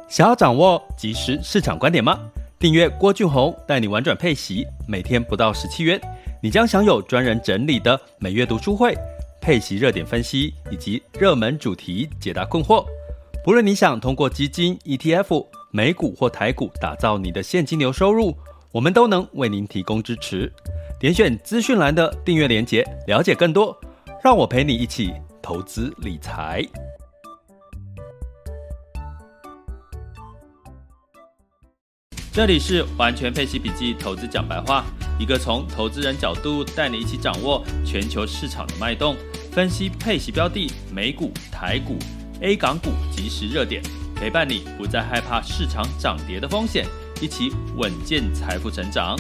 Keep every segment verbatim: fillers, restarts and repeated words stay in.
想要掌握即时市场观点吗？订阅郭俊宏带你玩转配息，每天不到十七元，你将享有专人整理的每月读书会、配息热点分析以及热门主题解答困惑。不论你想通过基金、E T F、美股或台股打造你的现金流收入，我们都能为您提供支持。点选资讯栏的订阅连结，了解更多。让我陪你一起投资理财。这里是完全配息笔记投资讲白话，一个从投资人角度带你一起掌握全球市场的脉动，分析配息标的、美股、台股、A 港股即时热点，陪伴你不再害怕市场涨跌的风险，一起稳健财富成长。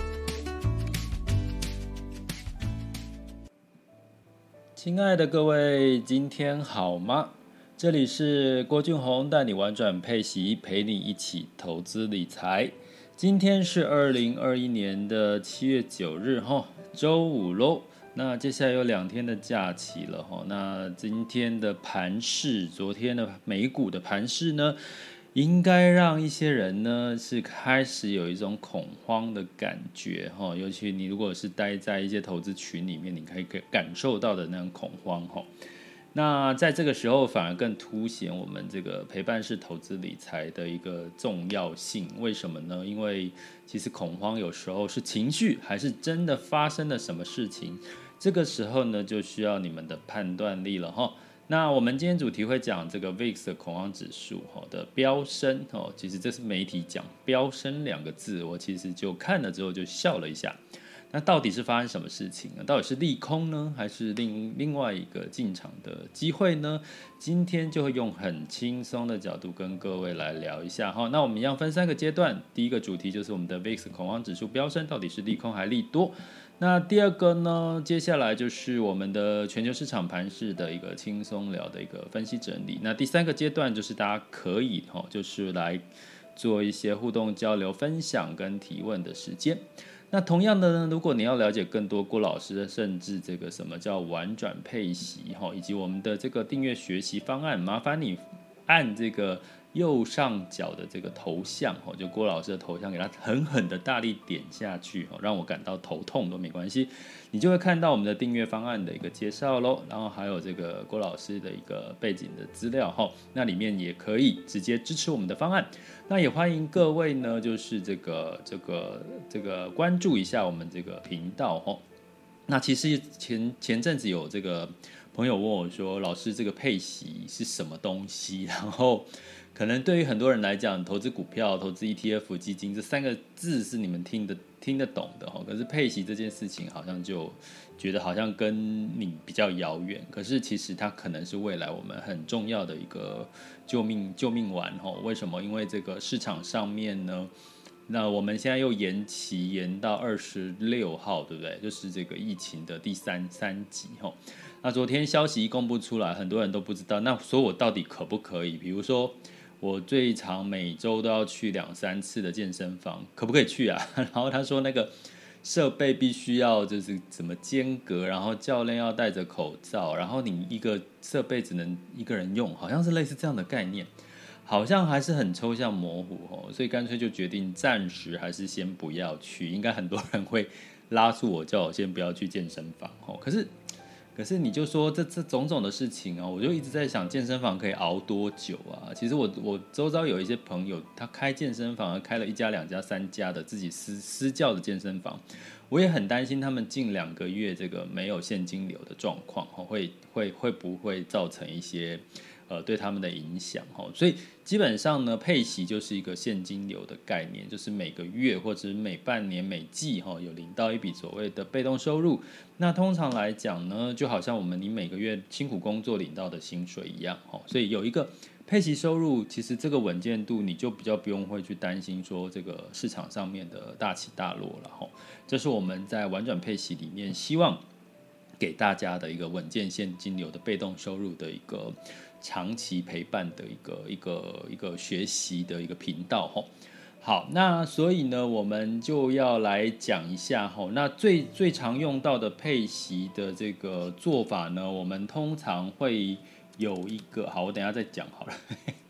亲爱的各位，今天好吗？这里是郭俊宏带你玩转配息，陪你一起投资理财。今天是二零二一年的七月九日，周五咯。那接下来有两天的假期了。那今天的盘势，昨天的美股的盘势呢，应该让一些人呢是开始有一种恐慌的感觉。尤其你如果是待在一些投资群里面，你可以感受到的那种恐慌。那在这个时候反而更凸显我们这个陪伴式投资理财的一个重要性。为什么呢？因为其实恐慌有时候是情绪，还是真的发生了什么事情，这个时候呢就需要你们的判断力了齁。那我们今天主题会讲这个 V I X 的恐慌指数的飙升。其实这是媒体讲飙升两个字，我其实就看了之后就笑了一下。那到底是发生什么事情呢？到底是利空呢，还是 另, 另外一个进场的机会呢？今天就会用很轻松的角度跟各位来聊一下。那我们一样分三个阶段，第一个主题就是我们的 V I X 恐慌指数飙升到底是利空还利多。那第二个呢，接下来就是我们的全球市场盘势的一个轻松聊的一个分析整理。那第三个阶段就是大家可以就是来做一些互动交流分享跟提问的时间。那同样的呢，如果你要了解更多郭老师的甚至这个什么叫玩转配息，以及我们的这个订阅学习方案，麻烦你按这个右上角的这个头像，就郭老师的头像，给他狠狠的大力点下去，让我感到头痛都没关系，你就会看到我们的订阅方案的一个介绍咯，然后还有这个郭老师的一个背景的资料，那里面也可以直接支持我们的方案。那也欢迎各位呢，就是这个这个这个关注一下我们这个频道齁。那其实前前阵子有这个朋友问我说，老师这个配息是什么东西？然后可能对于很多人来讲，投资股票、投资 E T F 基金这三个字是你们听得听得懂的，可是配息这件事情好像就觉得好像跟你比较遥远。可是其实它可能是未来我们很重要的一个救命救命丸。为什么？因为这个市场上面呢，那我们现在又延期延到二十六号，对不对？就是这个疫情的第三三级。那昨天消息一公布出来，很多人都不知道，那说我到底可不可以？比如说我最长每周都要去两三次的健身房，可不可以去啊？然后他说那个设备必须要就是怎么间隔，然后教练要戴着口罩，然后你一个设备只能一个人用，好像是类似这样的概念，好像还是很抽象模糊，所以干脆就决定暂时还是先不要去。应该很多人会拉住我，叫我先不要去健身房。可是可是你就说这这种种的事情啊，我就一直在想健身房可以熬多久啊？其实我我周遭有一些朋友，他开健身房，开了一家、两家、三家的自己私私教的健身房，我也很担心他们近两个月这个没有现金流的状况，会会会不会造成一些呃对他们的影响。所以基本上呢，配息就是一个现金流的概念，就是每个月或者是每半年、每季有领到一笔所谓的被动收入。那通常来讲呢，就好像我们你每个月辛苦工作领到的薪水一样，所以有一个配息收入，其实这个稳健度你就比较不用会去担心说这个市场上面的大起大落了。这是我们在玩转配息里面希望给大家的一个稳健现金流的被动收入的一个长期陪伴的一个一个一个学习的一个频道。好，那所以呢，我们就要来讲一下齁。那最最常用到的配息的这个做法呢，我们通常会有一个，好，我等一下再讲好了。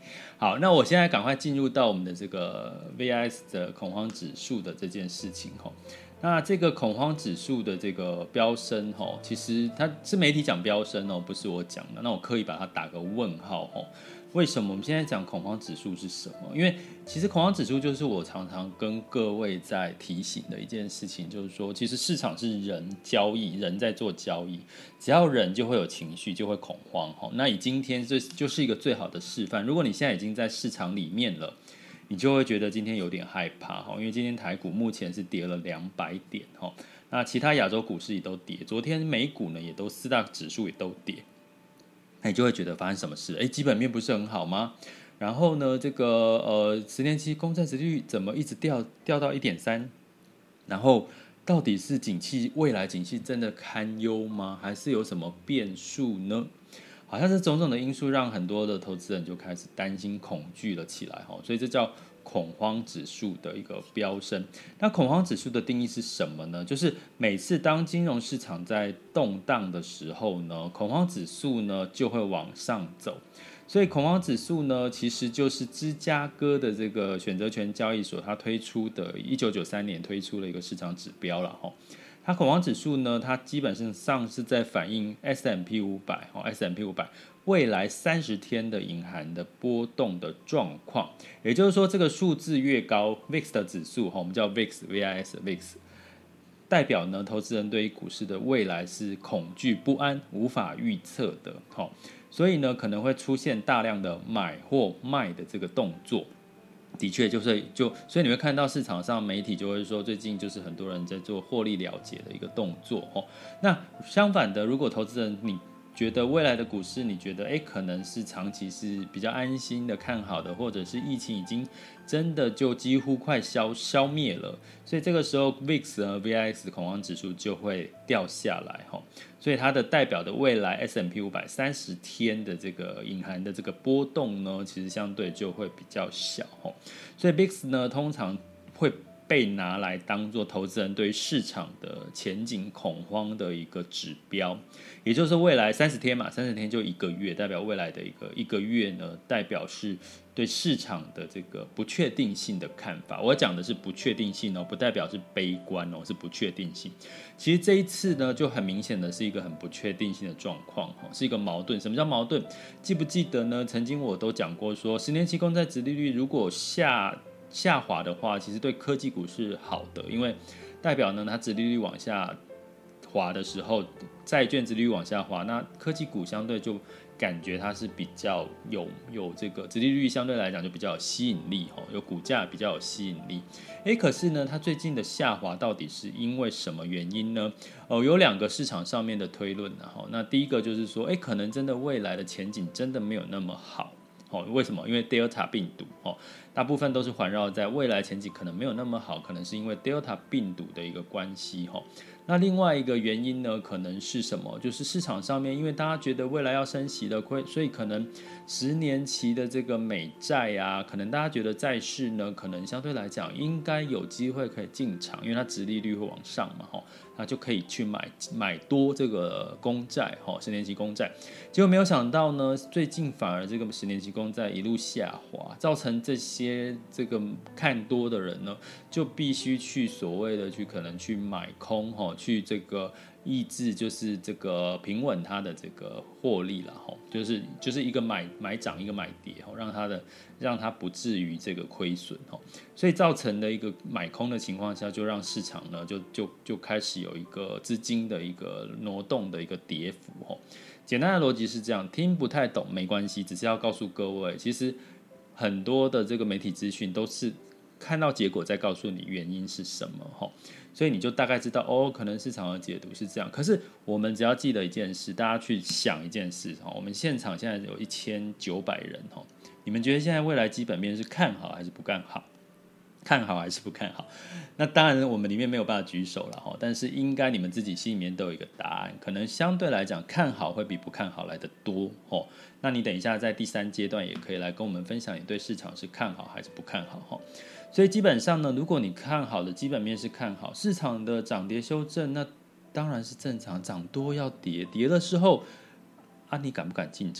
好，那我现在赶快进入到我们的这个 V I X 的恐慌指数的这件事情哈。那这个恐慌指数的这个飙升哈，其实它是媒体讲飙升哦，不是我讲的。那我刻意把它打个问号哈。为什么我们现在讲恐慌指数是什么？因为其实恐慌指数就是我常常跟各位在提醒的一件事情，就是说，其实市场是人交易，人在做交易，只要人就会有情绪，就会恐慌。那以今天这就是一个最好的示范。如果你现在已经在市场里面了，你就会觉得今天有点害怕，因为今天台股目前是跌了两百点，那其他亚洲股市也都跌，昨天美股呢也都四大指数也都跌。你就会觉得发生什么事？哎，基本面不是很好吗？然后呢，这个呃十年期公债殖利率怎么一直掉掉到一点三？然后到底是景气未来景气真的堪忧吗？还是有什么变数呢？好像是种种的因素让很多的投资人就开始担心恐惧了起来，所以这叫恐慌指数的一个飙升。那恐慌指数的定义是什么呢？就是每次当金融市场在动荡的时候呢，恐慌指数呢就会往上走。所以恐慌指数呢，其实就是芝加哥的这个选择权交易所它推出的，一九九三年推出了一个市场指标了哈。它恐慌指数呢，它基本上是在反映 S and P 五百 S and P 五百未来三十天的隐含的波动的状况。也就是说，这个数字越高 ，V I X 的指数，我们叫 V I X V I S V I X， 代表呢，投资人对于股市的未来是恐惧不安、无法预测的。所以呢，可能会出现大量的买或卖的这个动作。的确就是就，所以你会看到市场上媒体就会说，最近就是很多人在做获利了结的一个动作哦。那相反的，如果投资人你觉得未来的股市，你觉得哎可能是长期是比较安心的看好的，或者是疫情已经真的就几乎快消消灭了，所以这个时候 V I X 和 V I X 恐慌指数就会掉下来哈。所以它的代表的未来 S and P 五百三十天的这个隐含的这个波动呢，其实相对就会比较小。所以 V I X 呢，通常会被拿来当做投资人对市场的前景恐慌的一个指标，也就是未来三十天嘛，三十天就一个月，代表未来的一个一个月呢，代表是对市场的这个不确定性的看法。我讲的是不确定性哦，不代表是悲观哦，是不确定性。其实这一次呢，就很明显的是一个很不确定性的状况，是一个矛盾。什么叫矛盾？记不记得呢？曾经我都讲过说，十年期公债殖利率如果下下滑的话，其实对科技股是好的，因为代表呢，它殖利率往下滑的时候，债券殖利率往下滑，那科技股相对就感觉它是比较有有这个殖利率相对来讲就比较有吸引力，有股价比较有吸引力。诶，可是呢，它最近的下滑到底是因为什么原因呢？哦，有两个市场上面的推论啊。那第一个就是说，诶，可能真的未来的前景真的没有那么好。为什么？因为 Delta 病毒，大部分都是环绕在未来前景可能没有那么好，可能是因为 Delta 病毒的一个关系。那另外一个原因呢，可能是什么？就是市场上面，因为大家觉得未来要升息了，所以可能十年期的这个美债啊，可能大家觉得债市呢，可能相对来讲应该有机会可以进场，因为它殖利率会往上嘛，那就可以去买买多这个公债，十年期公债。结果没有想到呢，最近反而这个十年期公债一路下滑，造成这些这个看多的人呢，就必须去所谓的去可能去买空，去这个抑制，就是这个平稳它的这个获利了，就是就是一个买买涨一个买跌，让它的让它不至于这个亏损，所以造成的一个买空的情况下，就让市场呢就就就开始有一个资金的一个挪动的一个跌幅。简单的逻辑是这样，听不太懂没关系，只是要告诉各位，其实很多的这个媒体资讯都是看到结果再告诉你原因是什么，所以你就大概知道哦，可能市场的解读是这样。可是我们只要记得一件事，大家去想一件事，我们现场现在有一千九百人，你们觉得现在未来基本面是看好还是不看好？看好还是不看好？那当然我们里面没有办法举手了，但是应该你们自己心里面都有一个答案，可能相对来讲看好会比不看好来得多。那你等一下在第三阶段也可以来跟我们分享你对市场是看好还是不看好。所以基本上呢，如果你看好的基本面是看好，市场的涨跌修正那当然是正常，涨多要跌，跌的时候啊你敢不敢进场？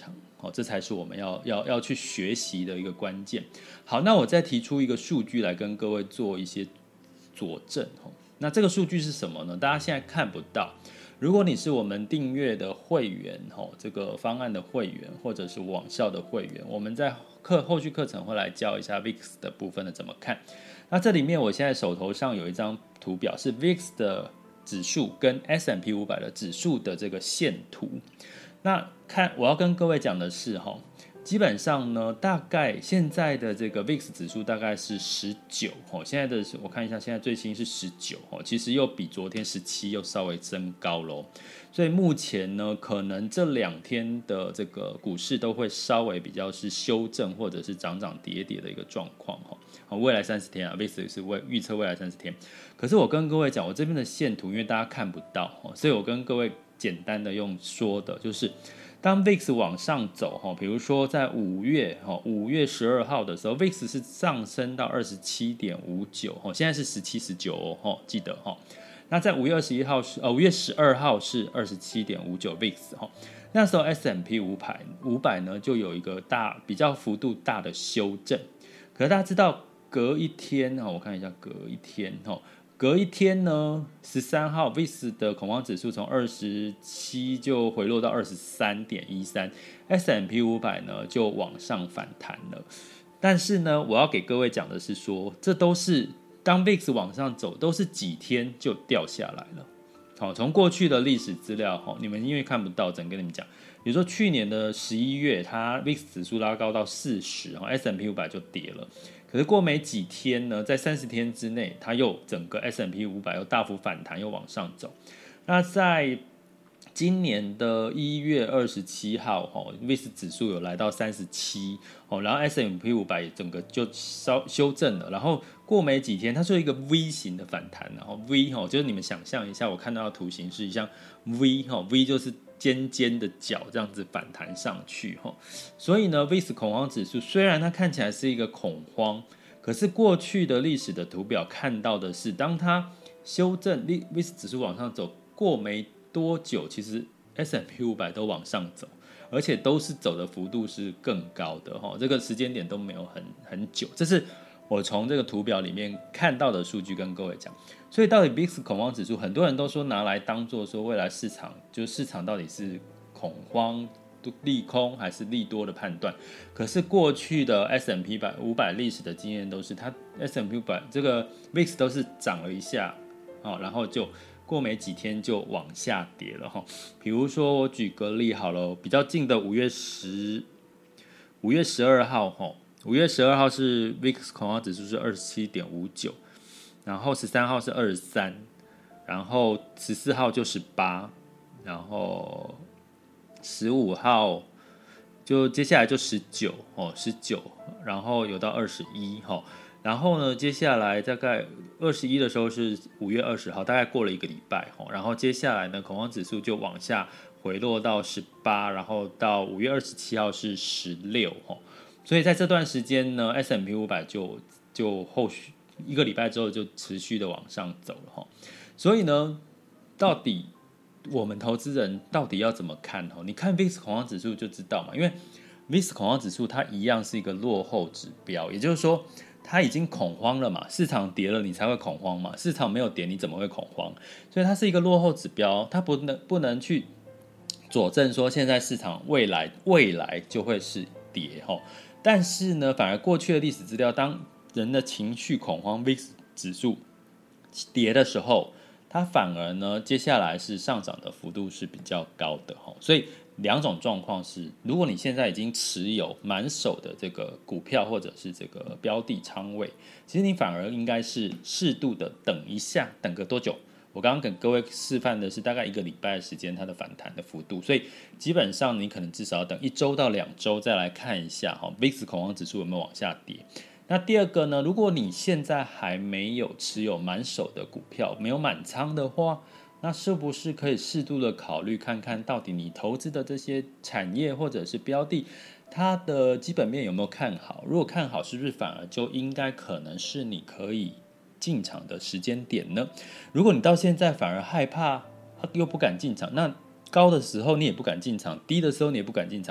哦，这才是我们要要要去学习的一个关键。好，那我再提出一个数据来跟各位做一些佐证。那这个数据是什么呢？大家现在看不到。如果你是我们订阅的会员，这个方案的会员，或者是网校的会员，我们在课后续课程会来教一下 V I X 的部分的怎么看。那这里面我现在手头上有一张图表，是 V I X 的指数跟 S and P 五百 的指数的这个线图。那看我要跟各位讲的是，基本上呢，大概现在的这个 V I X 指数大概是十九，现在的我看一下，现在最新是十九，其实又比昨天十七又稍微增高咯。所以目前呢，可能这两天的这个股市都会稍微比较是修正或者是涨涨跌跌的一个状况。未来三十天啊 ，V I X 是预测未来三十天。可是我跟各位讲，我这边的线图因为大家看不到，所以我跟各位简单的用说的，就是当 V I X 往上走，比如说在五月五月十二号的时候 ，V I X 是上升到 二十七点五九， 现在是十七、十九哦，记得哦。那在五月二十一号是呃五月十二号是 二十七点五九 V I X 哈，那时候 S and P 五百 五百呢就有一个大比较幅度大的修正。可是大家知道隔一天我看一下隔一天隔一天呢十三号 V I X 的恐慌指数从二十七就回落到 二十三点一三， S and P 五百 呢就往上反弹了。但是呢我要给各位讲的是说，这都是当 V I X 往上走都是几天就掉下来了。好，从过去的历史资料，你们因为看不到，只能跟你们讲，比如说去年的十一月，它 V I X 指数拉高到四十 ，S and P 五百 就跌了。可是过没几天呢，在三十天之内，它又整个 S and P 五百 又大幅反弹，又往上走。那在今年的一月二十七号 V I X 指数有来到三十七，然后 S and P 五百 整个就修正了，然后过没几天它是一个 V 型的反弹，然后 V 就是你们想象一下，我看到的图形是像 V V 就是尖尖的角这样子反弹上去。所以呢 V I X 恐慌指数虽然它看起来是一个恐慌，可是过去的历史的图表看到的是，当它修正 V I X 指数往上走过没多久，其实 S and P 五百 都往上走，而且都是走的幅度是更高的，这个时间点都没有 很, 很久，这是我从这个图表里面看到的数据跟各位讲。所以到底 V I X 恐慌指数很多人都说拿来当作说未来市场，就是市场到底是恐慌利空还是利多的判断，可是过去的 S and P 五百 历史的经验都是它 S and P 五百 这个 V I X 都是涨了一下，然后就过没几天就往下跌了。比如说我举个例好了，比较近的五月十五月十二号，五月十二号是 V I X 恐慌指数是 二十七点五九， 然后十三号是二十三，然后十四号就十八，然后十五号就接下来就十九，十九，然后有到二十一，然后呢接下来大概二十一的时候是五月二十号，大概过了一个礼拜，然后接下来呢恐慌指数就往下回落到十八，然后到五月二十七号是十六，所以在这段时间呢 S and P 五百 就就后续一个礼拜之后就持续的往上走了。所以呢到底我们投资人到底要怎么看？你看 V I X 恐慌指数就知道嘛，因为 V I X 恐慌指数它一样是一个落后指标，也就是说它已经恐慌了嘛，市场跌了你才会恐慌嘛，市场没有跌你怎么会恐慌？所以它是一个落后指标，它不能不能去佐证说现在市场未来未来就会是跌。但是呢反而过去的历史资料，当人的情绪恐慌 V I X 指数跌的时候，它反而呢接下来是上涨的幅度是比较高的。所以两种状况是，如果你现在已经持有满手的这个股票或者是这个标的仓位，其实你反而应该是适度的等一下，等个多久？我刚刚给各位示范的是大概一个礼拜的时间它的反弹的幅度，所以基本上你可能至少要等一周到两周再来看一下 V I X 恐慌指数有没有往下跌。那第二个呢，如果你现在还没有持有满手的股票，没有满仓的话，那是不是可以适度的考虑看看到底你投资的这些产业或者是标的它的基本面有没有看好？如果看好，是不是反而就应该可能是你可以进场的时间点呢？如果你到现在反而害怕又不敢进场，那高的时候你也不敢进场，低的时候你也不敢进场，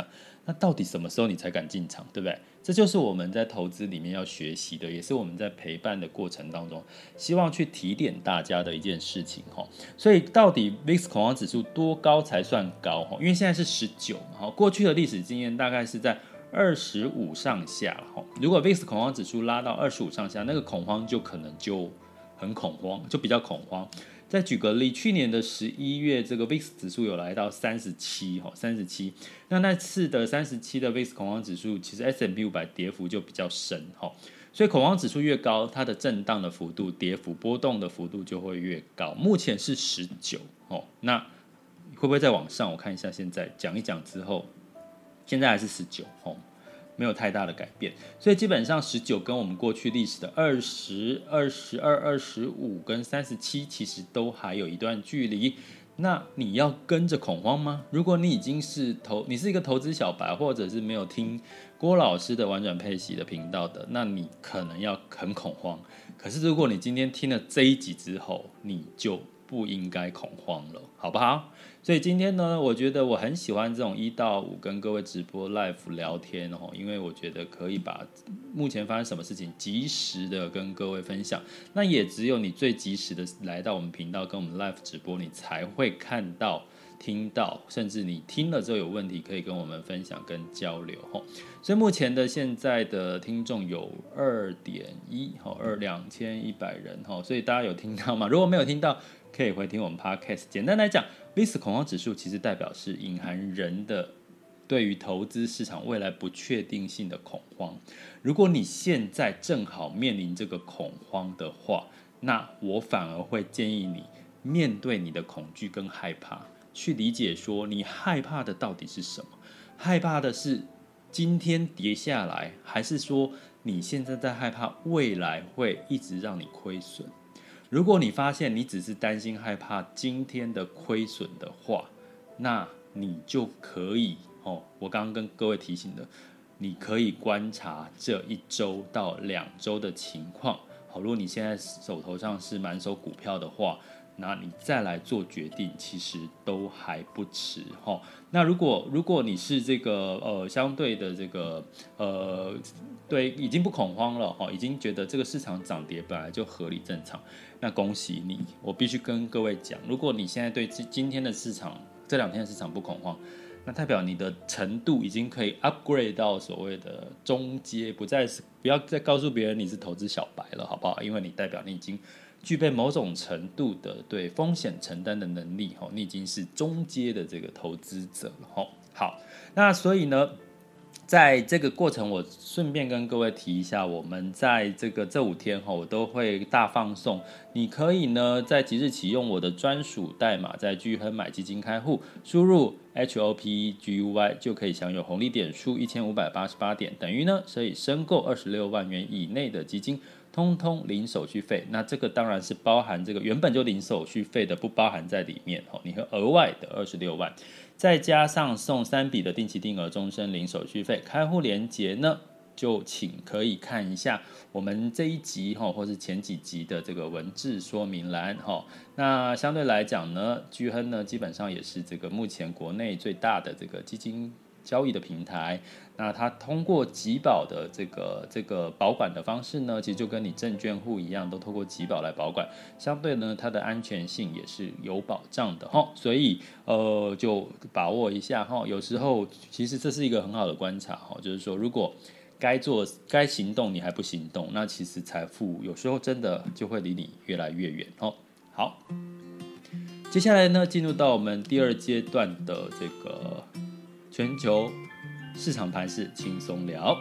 那到底什么时候你才敢进场，对不对？这就是我们在投资里面要学习的，也是我们在陪伴的过程当中，希望去提点大家的一件事情。所以到底 V I X 恐慌指数多高才算高？因为现在是十九嘛，过去的历史经验大概是在二十五上下。如果 V I X 恐慌指数拉到二十五上下，那个恐慌就可能就很恐慌，就比较恐慌。再举个例，去年的十一月，这个 V I X 指数有来到三十七，三十七。那那次的三十七的 V I X 恐慌指数，其实 S and P 五百 跌幅就比较深，所以恐慌指数越高，它的震荡的幅度、跌幅、波动的幅度就会越高。目前是十九，那会不会再往上？我看一下，现在讲一讲之后，现在还是十九，没有太大的改变，所以基本上十九跟我们过去历史的二十、二十二、二十五跟三十七其实都还有一段距离。那你要跟着恐慌吗？如果你已经是投，你是一个投资小白，或者是没有听郭老师的玩转配息的频道的，那你可能要很恐慌。可是如果你今天听了这一集之后，你就不应该恐慌了，好不好？所以今天呢，我觉得我很喜欢这种一到五跟各位直播 live 聊天哦，因为我觉得可以把目前发生什么事情及时的跟各位分享。那也只有你最及时的来到我们频道跟我们 live 直播，你才会看到、听到，甚至你听了之后有问题可以跟我们分享跟交流哦。所以目前的现在的听众有 二点一 二两千一百人哦，所以大家有听到吗？如果没有听到，可以回听我们 podcast。 简单来讲， V I X 恐慌指数其实代表是隐含人的对于投资市场未来不确定性的恐慌。如果你现在正好面临这个恐慌的话，那我反而会建议你面对你的恐惧跟害怕，去理解说你害怕的到底是什么。害怕的是今天跌下来，还是说你现在在害怕未来会一直让你亏损？如果你发现你只是担心害怕今天的亏损的话，那你就可以、哦、我刚刚跟各位提醒的，你可以观察这一周到两周的情况。好，如果你现在手头上是满手股票的话，那你再来做决定，其实都还不迟、哦、那如果如果你是这个呃相对的这个呃对已经不恐慌了、哦、已经觉得这个市场涨跌本来就合理正常，那恭喜你。我必须跟各位讲，如果你现在对今天的市场、这两天的市场不恐慌，那代表你的程度已经可以 upgrade 到所谓的中阶，不再是不要再告诉别人你是投资小白了，好不好？因为你代表你已经具备某种程度的对风险承担的能力，你已经是中阶的这个投资者了。好，那所以呢，在这个过程，我顺便跟各位提一下，我们在这个这五天我都会大放送，你可以呢在即日起用我的专属代码，在钜亨买基金开户，输入 H O P E G U Y 就可以享有红利点数一千五百八十八点，等于呢所以申购二十六万元以内的基金，通通零手续费。那这个当然是包含这个原本就零手续费的，不包含在里面，你会额外的二十六万。再加上送三笔的定期定额终身零手续费，开户连结呢，就请可以看一下我们这一集或是前几集的这个文字说明栏。那相对来讲呢，钜亨呢基本上也是这个目前国内最大的这个基金交易的平台。那它通过集保的这个这个保管的方式呢，其实就跟你证券户一样，都透过集保来保管，相对呢它的安全性也是有保障的齁。所以呃就把握一下齁。有时候其实这是一个很好的观察齁，就是说如果该做该行动你还不行动，那其实财富有时候真的就会离你越来越远齁。好，接下来呢进入到我们第二阶段的这个全球市场盘势轻松聊。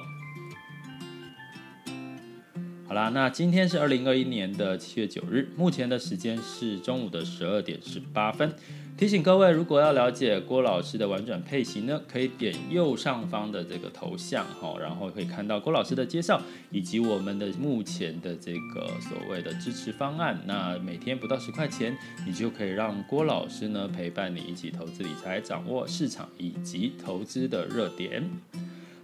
好啦，那今天是二零二一年的七月九日，目前的时间是中午的十二点十八分。提醒各位，如果要了解郭老师的玩转配息呢，可以点右上方的这个头像，然后可以看到郭老师的介绍，以及我们的目前的这个所谓的支持方案。那每天不到十块钱，你就可以让郭老师呢陪伴你一起投资理财，掌握市场以及投资的热点。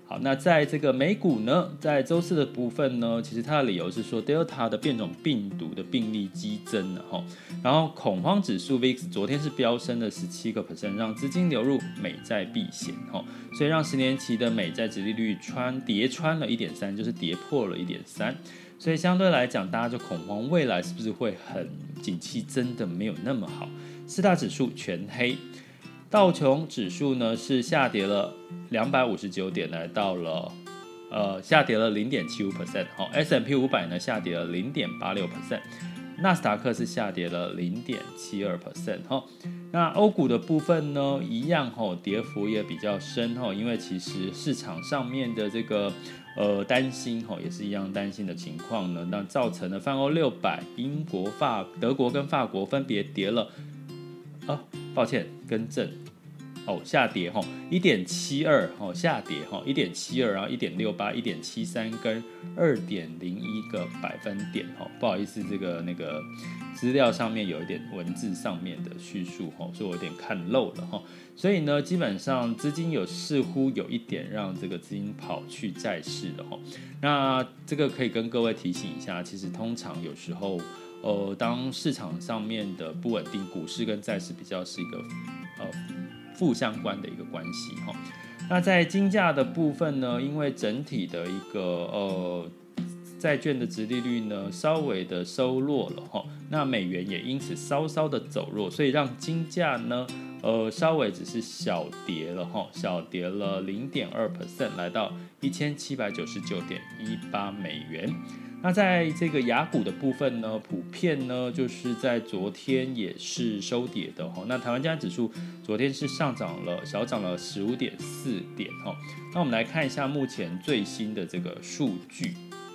好，那在这个美股呢，在周四的部分呢，其实它的理由是说 Delta 的变种病毒的病例激增了哈，然后恐慌指数 V I X 昨天是飙升了 百分之十七， 让资金流入美债避险哈，所以让十年期的美债殖利率穿跌穿了 一点三， 就是跌破了 一点三， 所以相对来讲，大家就恐慌未来是不是会很景气真的没有那么好。四大指数全黑。道琼指数呢是下跌了两百五十九点，来到了呃下跌了 零点七五 percent， 好 ，S and P 五百 呢下跌了 零点八六 percent， 纳斯达克是下跌了 零点七二 percent， 哈。那欧股的部分呢，一样哈，跌幅也比较深哈，因为其实市场上面的这个呃担心哈，也是一样担心的情况呢，那造成了泛欧六百，英国、法、德国跟法国分别跌了。哦，抱歉，更正，哦，下跌哈，一点七二，哦，下跌哈，一点七二，然后一点六八、一点七三跟二点零一个百分点，哦，不好意思，这个那个资料上面有一点文字上面的叙述，哦，所以我有点看漏了哈，所以呢，基本上资金有似乎有一点让这个资金跑去债市了哈，那这个可以跟各位提醒一下，其实通常有时候。呃，当市场上面的不稳定，股市跟债市比较是一个呃负相关的一个关系哈。那在金价的部分呢，因为整体的一个呃债券的殖利率呢稍微的收弱了哈，那美元也因此稍稍的走弱，所以让金价呢呃稍微只是小跌了哈，小跌了 零点二 percent， 来到一千七百九十九点一八美元。那在这个亚股的部分呢，普遍呢就是在昨天也是收跌的哈。那台湾加权指数昨天是上涨了，小涨了 十五点四点哈。那我们来看一下目前最新的这个数据。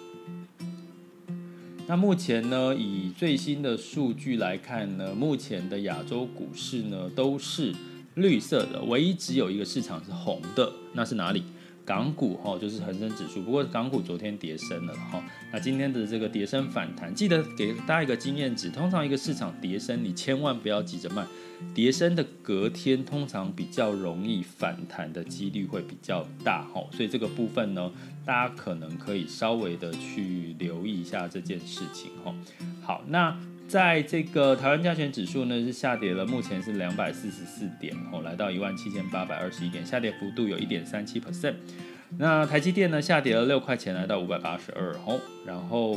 那目前呢，以最新的数据来看呢，目前的亚洲股市呢都是绿色的，唯一只有一个市场是红的，那是哪里？港股哈，就是恒生指数，不过港股昨天跌升了哈。那今天的这个跌升反弹，记得给大家一个经验值，通常一个市场跌升，你千万不要急着卖，跌升的隔天通常比较容易反弹的几率会比较大哈，所以这个部分呢，大家可能可以稍微的去留意一下这件事情哈。好，那。在这个台湾加权指数呢是下跌了，目前是两百四十四点，哦，来到一万七千八百二十一点，下跌幅度有 一点三七 percent。那台积电呢下跌了六块钱，来到五百八十二，哦，然后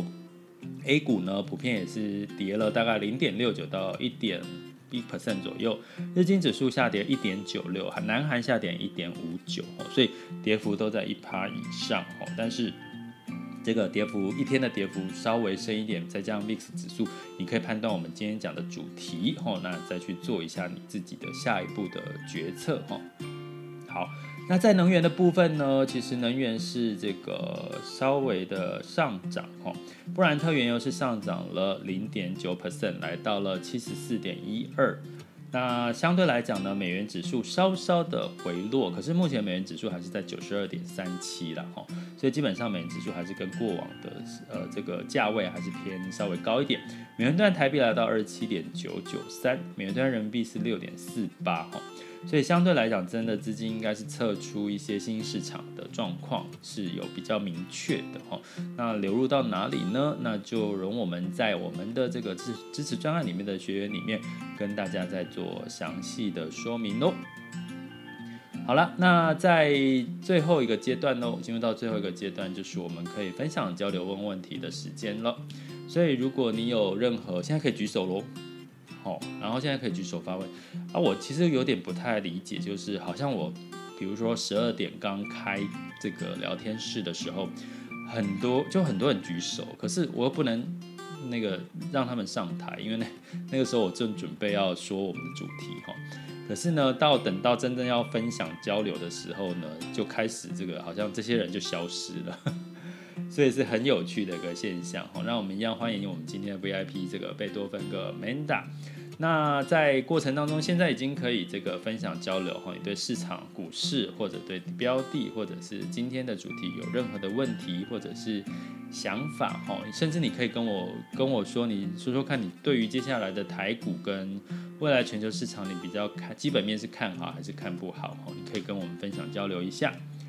A 股呢普遍也是跌了大概 零点六九 到 一点一 percent 左右，日经指数下跌 一点九六，南韩下跌 一点五九，所以跌幅都在 百分之一 以上，但是这个跌幅一天的跌幅稍微深一点，再加上 V I X 指数，你可以判断我们今天讲的主题，那再去做一下你自己的下一步的决策。好，那在能源的部分呢，其实能源是这个稍微的上涨，布兰特原油是上涨了 零点九 percent， 来到了 七十四点一二。那相对来讲呢，美元指数稍稍的回落，可是目前美元指数还是在 九十二点三七 啦，所以基本上美元指数还是跟过往的呃这个价位还是偏稍微高一点。美元兑台币来到 二十七点九九三， 美元兑人民币是 六点四八，所以相对来讲，真的资金应该是测出一些新市场的状况是有比较明确的哈。那流入到哪里呢？那就容我们在我们的这个支支持专案里面的学员里面，跟大家再做详细的说明喽。好了，那在最后一个阶段呢，进入到最后一个阶段，就是我们可以分享、交流、问问题的时间了。所以如果你有任何，现在可以举手咯。哦，然后现在可以举手发问啊！我其实有点不太理解，就是好像我，比如说十二点刚开这个聊天室的时候，很多就很多人举手，可是我又不能那个让他们上台，因为那那个时候我正准备要说我们的主题哈。可是呢，到等到真正要分享交流的时候呢，就开始这个好像这些人就消失了。所以是很有趣的一个现象。那我们一样欢迎我们今天的 V I P 这个贝多芬哥 Manda。那在过程当中，现在已经可以这个分享交流，你对市场、股市或者对标的，或者是今天的主题有任何的问题或者是想法，甚至你可以跟我跟我说，你说说看你对于接下来的台股跟未来全球市场，你比较看基本面是看好还是看不好，你可以跟我们分享交流一下。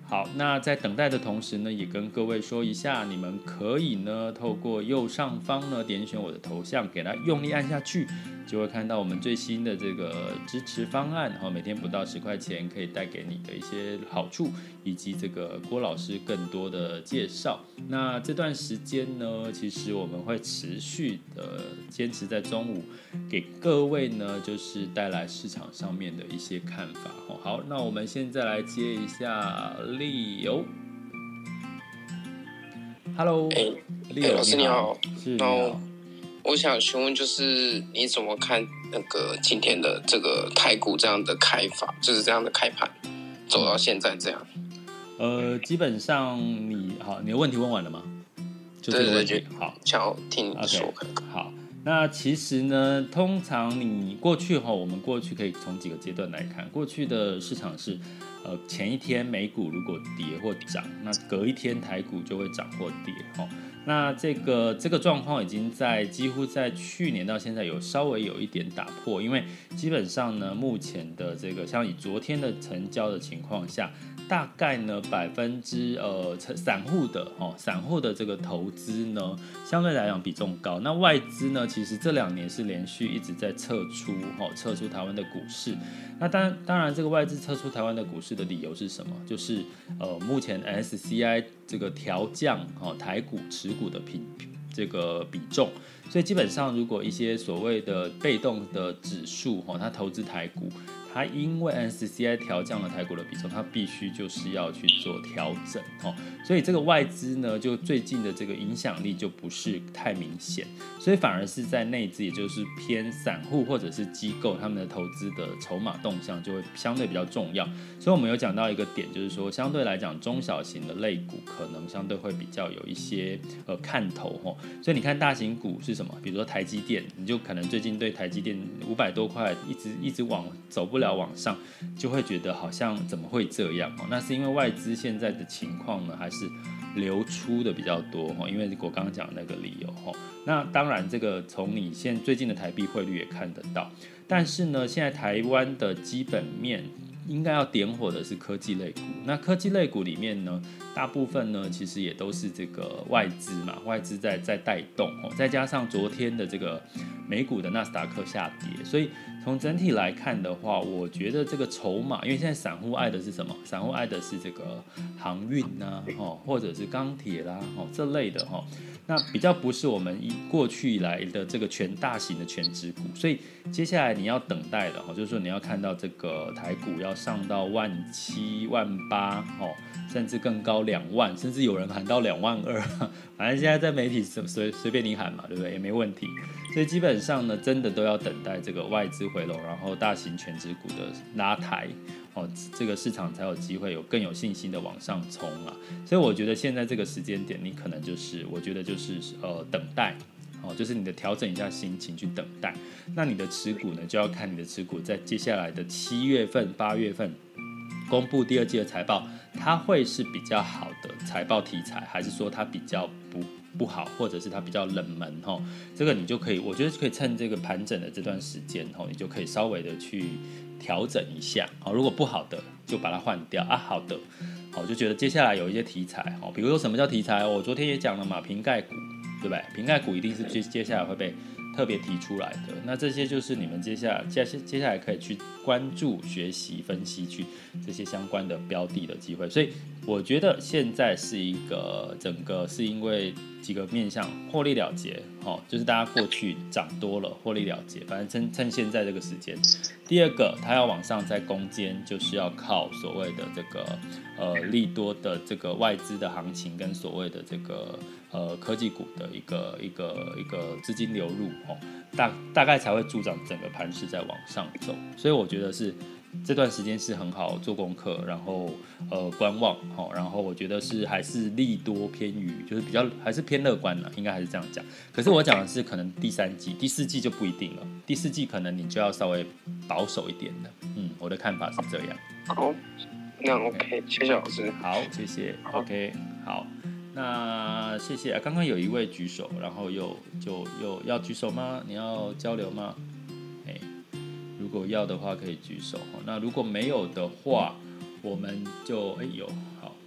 好，那在等待的同时呢，也跟各位说一下，你们可以呢透过右上方呢点选我的头像，给它用力按下去，就会看到我们最新的这个支持方案，然后每天不到十块钱，可以带给你的一些好处，以及这个郭老师更多的介绍。那这段时间呢，其实我们会持续的坚持在中午给各位呢，就是带来市场上面的一些看法。好，那我们现在来接一下利友。Hello， 哎， 利友， 老师你好， 是你然后好。 我想询问，就是你怎么看那个今天的这个台股这样的开法，就是这样的开盘，走到现在这样？ 呃，基本上你好，你的问题问完了吗？就这个问题。 对对对， 好， 想要听你说看看。 Okay, 好，那其实呢，通常你过去哈，我们过去可以从几个阶段来看，过去的市场是，呃，前一天美股如果跌或涨，那隔一天台股就会涨或跌哈。那这个这个状况已经在几乎在去年到现在有稍微有一点打破，因为基本上呢，目前的这个像以昨天的成交的情况下，大概呢百分之呃散户的哦散户的这个投资呢，相对来讲比重高。那外资呢，其实这两年是连续一直在撤出哦撤出台湾的股市。那当然当然这个外资撤出台湾的股市的理由是什么？就是呃目前 S C I 这个调降哦台股持股的品这个比重，所以基本上如果一些所谓的被动的指数哦，它投资台股。它因为 S C I 调降了台股的比重，它必须就是要去做调整哦，所以这个外资呢，就最近的这个影响力就不是太明显，所以反而是在内资，也就是偏散户或者是机构他们的投资的筹码动向就会相对比较重要。所以我们有讲到一个点，就是说相对来讲中小型的类股可能相对会比较有一些呃看头哦。所以你看大型股是什么？比如说台积电，你就可能最近对台积电五百多块一直一直往走不了。往上就会觉得好像怎么会这样？那是因为外资现在的情况呢，还是流出的比较多？因为我刚刚讲的那个理由。那当然，这个从你现在最近的台币汇率也看得到。但是呢，现在台湾的基本面应该要点火的是科技类股。那科技类股里面呢，大部分呢其实也都是这个外资嘛，外资在在带动，再加上昨天的这个美股的纳斯达克下跌，所以从整体来看的话，我觉得这个筹码，因为现在散户爱的是什么？散户爱的是这个航运呐、啊，或者是钢铁啦，这类的哈。那比较不是我们过去以来的这个全大型的全指股，所以接下来你要等待的，就是说你要看到这个台股要上到万七、万八，甚至更高两万，甚至有人喊到两万二，反正现在在媒体随随便你喊嘛，对不对？也没问题。所以基本上呢，真的都要等待这个外资回笼，然后大型全指股的拉抬。哦，这个市场才有机会有更有信心的往上冲啊，所以我觉得现在这个时间点，你可能就是我觉得就是呃等待，哦，就是你的调整一下心情去等待。那你的持股呢，就要看你的持股在接下来的七月份、八月份公布第二季的财报，它会是比较好的财报题材，还是说它比较不不好，或者是它比较冷门哈？这个你就可以，我觉得可以趁这个盘整的这段时间哈，你就可以稍微的去调整一下。好，如果不好的就把它换掉啊。好的，好，就觉得接下来有一些题材，比如说什么叫题材？我昨天也讲了嘛，瓶盖股，对不对？瓶盖股一定是接接下来会被特别提出来的。那这些就是你们接下来接接下来可以去关注、学习、分析去这些相关的标的的机会。所以我觉得现在是一个整个是因为几个面向获利了结，哦，就是大家过去涨多了获利了结，反正趁趁现在这个时间。第二个，它要往上再攻坚，就是要靠所谓的这个呃利多的这个外资的行情跟所谓的这个呃科技股的一个一个一个资金流入，哦，大大概才会助长整个盘势在往上走。所以我觉得是。这段时间是很好做功课，然后呃观望，哦，然后我觉得是还是利多偏于，就是比较还是偏乐观了，应该还是这样讲。可是我讲的是可能第三季、第四季就不一定了，第四季可能你就要稍微保守一点的。嗯，我的看法是这样。 好，那 OK， 谢谢老师。 好，谢谢。OK， 好，那谢谢。刚刚有一位举手，然后又就又要举手吗？你要交流吗？如果要的话可以举手，那如果没有的话，我们就哎有好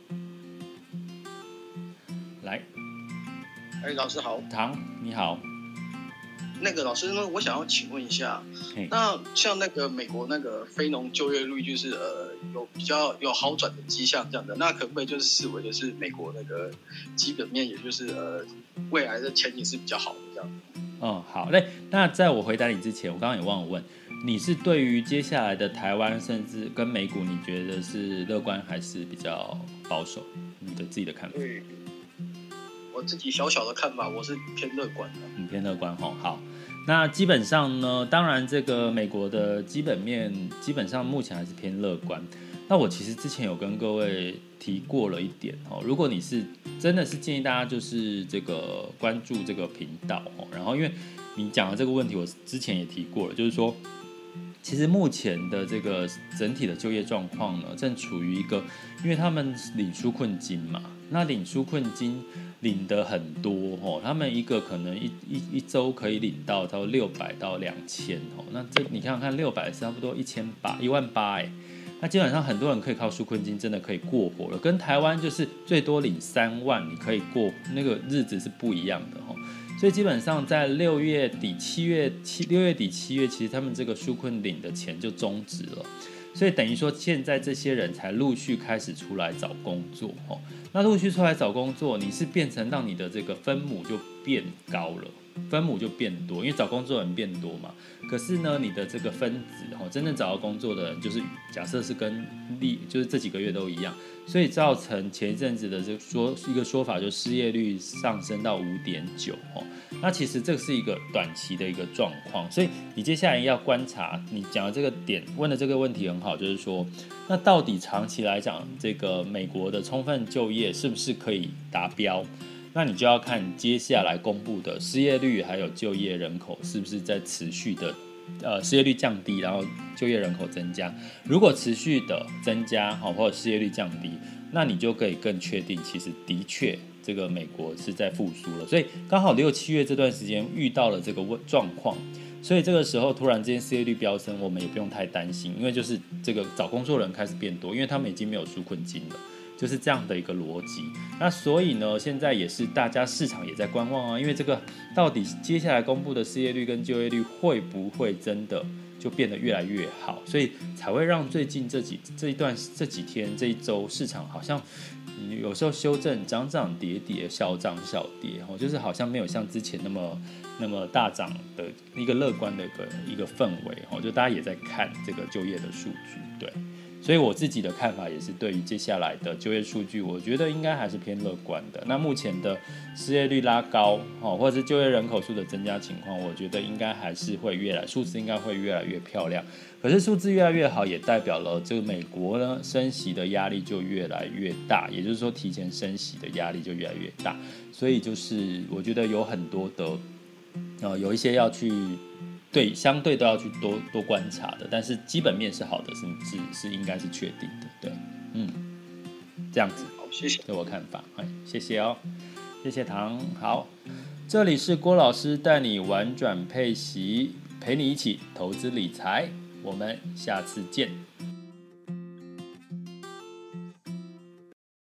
来， 哎，老师好。 唐你好。 那个老师呢，我想要请问一下，那像那个美国那个非农就业率就是呃有比较有好转的迹象这样的，那可不可以就是视为就是美国那个基本面，也就是呃未来的前景是比较好的这样？ 嗯，好嘞。那在我回答你之前，我刚刚也忘了问，你是对于接下来的台湾甚至跟美股，你觉得是乐观还是比较保守？你的自己的看法？ 对，我自己小小的看法，我是偏乐观的。 嗯，偏乐观哈。好，那基本上呢，当然这个美国的基本面基本上目前还是偏乐观。那我其实之前有跟各位提过了一点哦，如果你是真的是建议大家就是这个关注这个频道哦，然后因为你讲的这个问题，我之前也提过了，就是说，其实目前的这个整体的就业状况呢，正处于一个，因为他们领纾困金嘛，那领纾困金领的很多哦，他们一个可能一一一周可以领到到六百到两千哦，那这你看看六百是差不多一千八一万八哎。那基本上很多人可以靠纾困金真的可以过活了，跟台湾就是最多领三万，你可以过那个日子是不一样的哈。所以基本上在六月底、七月七六月底、七月，其实他们这个纾困领的钱就终止了，所以等于说现在这些人才陆续开始出来找工作哈。那陆续出来找工作，你是变成让你的这个分母就变高了。分母就变多，因为找工作的人变多嘛。可是呢，你的这个分子哦，真正找到工作的人，就是假设是跟历，就是这几个月都一样，所以造成前一阵子的这说一个说法，就失业率上升到五点九哦。那其实这是一个短期的一个状况，所以你接下来要观察，你讲的这个点问的这个问题很好，就是说，那到底长期来讲，这个美国的充分就业是不是可以达标？那你就要看接下来公布的失业率还有就业人口是不是在持续的，呃，失业率降低，然后就业人口增加。如果持续的增加，或者失业率降低，那你就可以更确定，其实的确这个美国是在复苏了。所以刚好六七月这段时间遇到了这个状况，所以这个时候突然之间失业率飙升，我们也不用太担心，因为就是这个找工作人开始变多，因为他们已经没有纾困金了。就是这样的一个逻辑，那所以呢，现在也是大家市场也在观望啊，因为这个到底接下来公布的失业率跟就业率会不会真的就变得越来越好，所以才会让最近这几这一段这几天这一周市场好像有时候修正涨涨跌跌，小涨小跌，就是好像没有像之前那么那么大涨的一个乐观的一个一个氛围，就大家也在看这个就业的数据，对。所以我自己的看法也是，对于接下来的就业数据，我觉得应该还是偏乐观的。那目前的失业率拉高，或者是就业人口数的增加情况，我觉得应该还是会越来数字应该会越来越漂亮。可是数字越来越好，也代表了这个美国呢升息的压力就越来越大，也就是说提前升息的压力就越来越大。所以就是我觉得有很多的，呃，有一些要去。对，相对都要去多多观察的，但是基本面是好的，是是是应该是确定的，对，嗯，这样子， 好，谢谢， 对我看法，哎，谢谢哦，谢谢唐，好，这里是郭老师带你玩转配息，陪你一起投资理财，我们下次见。